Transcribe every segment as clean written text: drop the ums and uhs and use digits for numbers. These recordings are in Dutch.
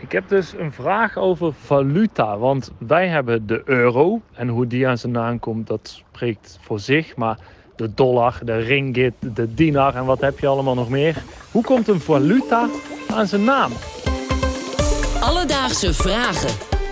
Ik heb dus een vraag over valuta, want wij hebben de euro en hoe die aan zijn naam komt, dat spreekt voor zich. Maar de dollar, de ringgit, de dinar en wat heb je allemaal nog meer? Hoe komt een valuta aan zijn naam? Alledaagse vragen.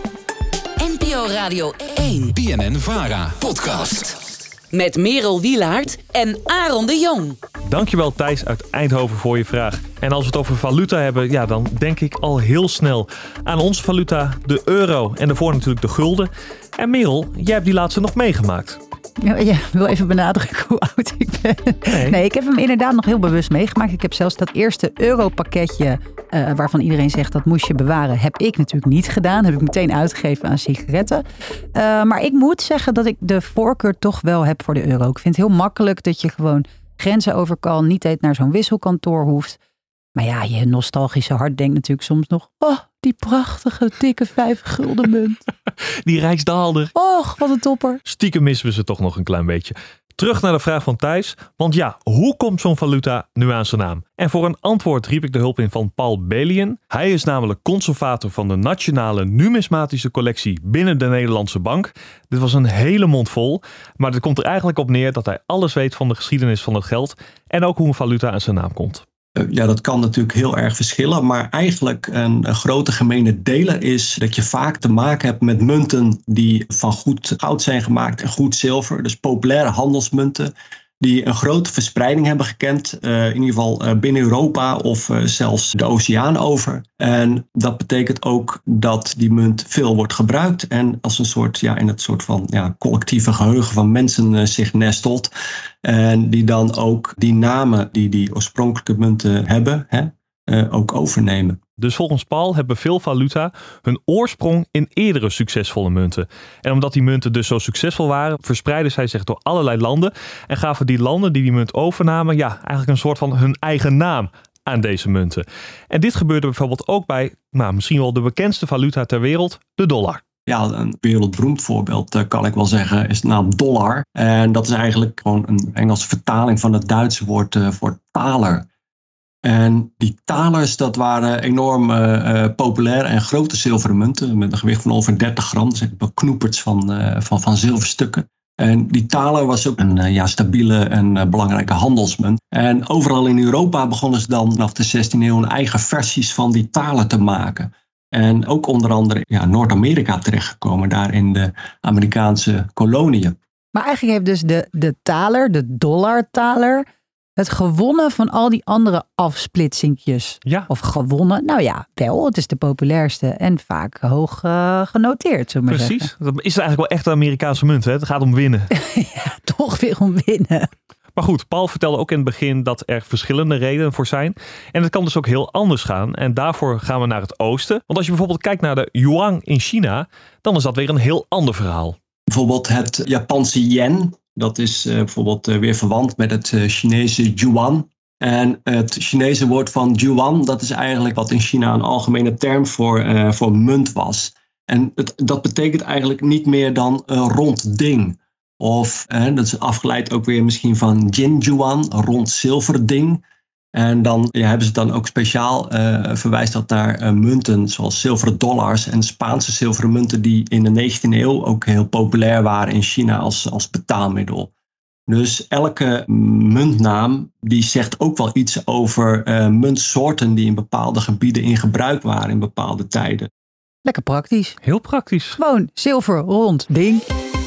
NPO Radio 1. BNN-Vara podcast. Met Merel Wielaert en Aaron de Jong. Dankjewel Thijs uit Eindhoven voor je vraag. En als we het over valuta hebben, ja, dan denk ik al heel snel aan onze valuta, de euro. En daarvoor natuurlijk de gulden. En Merel, jij hebt die laatste nog meegemaakt. Ja, ik wil even benadrukken hoe oud ik ben. Nee, ik heb hem inderdaad nog heel bewust meegemaakt. Ik heb zelfs dat eerste europakketje waarvan iedereen zegt dat moest je bewaren, heb ik natuurlijk niet gedaan. Heb ik meteen uitgegeven aan sigaretten. Maar ik moet zeggen dat ik de voorkeur toch wel heb voor de euro. Ik vind het heel makkelijk dat je gewoon grenzen over kan. Niet eens naar zo'n wisselkantoor hoeft. Maar ja, je nostalgische hart denkt natuurlijk soms nog, oh, die prachtige, dikke 5 gulden munt. Die rijksdaalder. Och, wat een topper. Stiekem missen we ze toch nog een klein beetje. Terug naar de vraag van Thijs. Want ja, hoe komt zo'n valuta nu aan zijn naam? En voor een antwoord riep ik de hulp in van Paul Belien. Hij is namelijk conservator van de Nationale Numismatische Collectie binnen de Nederlandse Bank. Dit was een hele mond vol. Maar het komt er eigenlijk op neer dat hij alles weet van de geschiedenis van het geld. En ook hoe een valuta aan zijn naam komt. Ja, dat kan natuurlijk heel erg verschillen. Maar eigenlijk een grote gemene deler is dat je vaak te maken hebt met munten die van goed goud zijn gemaakt en goed zilver. Dus populaire handelsmunten die een grote verspreiding hebben gekend. In ieder geval binnen Europa of zelfs de oceaan over. En dat betekent ook dat die munt veel wordt gebruikt. En als een soort, in het soort van collectieve geheugen van mensen zich nestelt. En die dan ook die namen die oorspronkelijke munten hebben, ook overnemen. Dus volgens Paul hebben veel valuta hun oorsprong in eerdere succesvolle munten. En omdat die munten dus zo succesvol waren, verspreidden zij zich door allerlei landen. En gaven die landen die munt overnamen, eigenlijk een soort van hun eigen naam aan deze munten. En dit gebeurde bijvoorbeeld ook bij, misschien wel de bekendste valuta ter wereld, de dollar. Ja, een wereldberoemd voorbeeld kan ik wel zeggen is de naam dollar. En dat is eigenlijk gewoon een Engelse vertaling van het Duitse woord voor taler. En die talers, dat waren enorm populair en grote zilveren munten met een gewicht van ongeveer 30 gram. Dat zijn beknoeperds van zilverstukken. En die taler was ook een stabiele en belangrijke handelsmunt. En overal in Europa begonnen ze dan vanaf de 16e eeuw een eigen versies van die taler te maken. En ook onder andere Noord-Amerika terechtgekomen, daar in de Amerikaanse koloniën. Maar eigenlijk heeft dus de taler, de dollartaler, het gewonnen van al die andere afsplitsingjes. Ja. Of gewonnen, wel. Het is de populairste en vaak hoog genoteerd, zullen we maar Precies. zeggen. Dat is eigenlijk wel echt de Amerikaanse munt. Hè? Het gaat om winnen. Ja, toch weer om winnen. Maar goed, Paul vertelde ook in het begin dat er verschillende redenen voor zijn. En het kan dus ook heel anders gaan. En daarvoor gaan we naar het oosten. Want als je bijvoorbeeld kijkt naar de yuan in China, dan is dat weer een heel ander verhaal. Bijvoorbeeld het Japanse yen. Dat is bijvoorbeeld weer verwant met het Chinese yuan. En het Chinese woord van yuan, dat is eigenlijk wat in China een algemene term voor munt was. En dat betekent eigenlijk niet meer dan een rond ding. Of dat is afgeleid ook weer misschien van Jin Yuan, een rond zilveren ding. En dan hebben ze het dan ook speciaal verwijst dat naar munten zoals zilveren dollars en Spaanse zilveren munten die in de 19e eeuw ook heel populair waren in China als betaalmiddel. Dus elke muntnaam die zegt ook wel iets over muntsoorten die in bepaalde gebieden in gebruik waren in bepaalde tijden. Lekker praktisch. Heel praktisch. Gewoon zilver, rond, ding.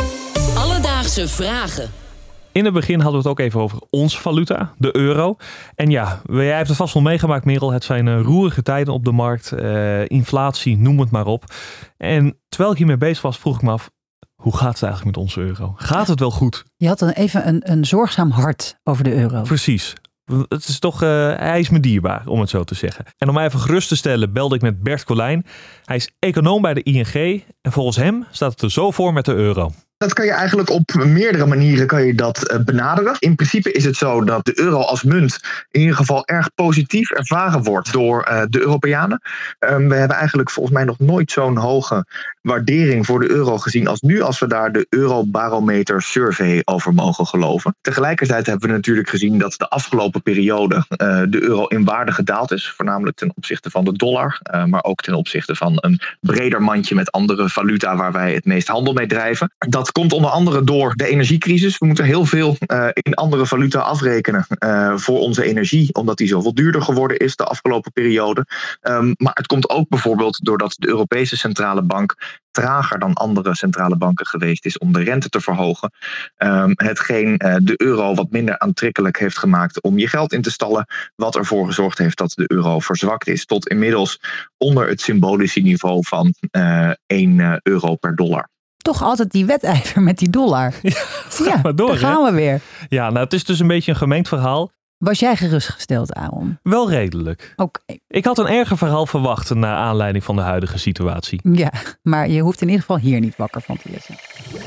Alledaagse vragen. In het begin hadden we het ook even over onze valuta, de euro. En jij hebt het vast wel meegemaakt, Merel. Het zijn roerige tijden op de markt. Inflatie, noem het maar op. En terwijl ik hiermee bezig was, vroeg ik me af, hoe gaat het eigenlijk met onze euro? Gaat het wel goed? Je had dan even een zorgzaam hart over de euro. Precies. Het is toch, hij is me dierbaar, om het zo te zeggen. En om mij even gerust te stellen, belde ik met Bert Colijn. Hij is econoom bij de ING. En volgens hem staat het er zo voor met de euro. Dat kan je eigenlijk op meerdere manieren benaderen. In principe is het zo dat de euro als munt in ieder geval erg positief ervaren wordt door de Europeanen. We hebben eigenlijk volgens mij nog nooit zo'n hoge waardering voor de euro gezien als nu, als we daar de Eurobarometer Survey over mogen geloven. Tegelijkertijd hebben we natuurlijk gezien dat de afgelopen periode de euro in waarde gedaald is. Voornamelijk ten opzichte van de dollar, maar ook ten opzichte van een breder mandje met andere valuta waar wij het meest handel mee drijven. Dat komt onder andere door de energiecrisis. We moeten heel veel in andere valuta afrekenen voor onze energie, omdat die zoveel duurder geworden is de afgelopen periode. Maar het komt ook bijvoorbeeld doordat de Europese Centrale Bank trager dan andere centrale banken geweest is om de rente te verhogen. Hetgeen de euro wat minder aantrekkelijk heeft gemaakt om je geld in te stallen, wat ervoor gezorgd heeft dat de euro verzwakt is tot inmiddels onder het symbolische niveau van 1 euro per dollar. Toch altijd die wedijver met die dollar. Ja, maar door, daar gaan we weer. Ja, nou, het is dus een beetje een gemengd verhaal. Was jij gerustgesteld, Aaron? Wel redelijk. Oké. Ik had een erger verhaal verwacht naar aanleiding van de huidige situatie. Ja, maar je hoeft in ieder geval hier niet wakker van te liggen.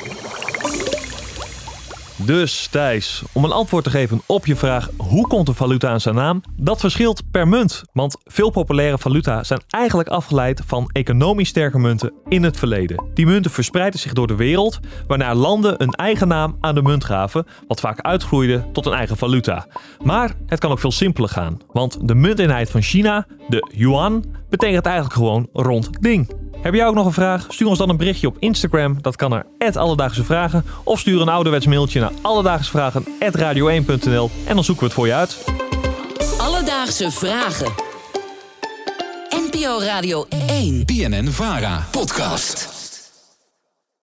Dus Thijs, om een antwoord te geven op je vraag hoe komt een valuta aan zijn naam? Dat verschilt per munt, want veel populaire valuta zijn eigenlijk afgeleid van economisch sterke munten in het verleden. Die munten verspreidden zich door de wereld, waarna landen een eigen naam aan de munt gaven, wat vaak uitgroeide tot een eigen valuta. Maar het kan ook veel simpeler gaan, want de munteenheid van China, de yuan, betekent eigenlijk gewoon rond ding. Heb jij ook nog een vraag? Stuur ons dan een berichtje op Instagram. Dat kan naar @alledaagsevragen. Of stuur een ouderwets mailtje naar alledaagsevragen@radio1.nl. En dan zoeken we het voor je uit. Alledaagse Vragen. NPO Radio 1. BNN-VARA podcast.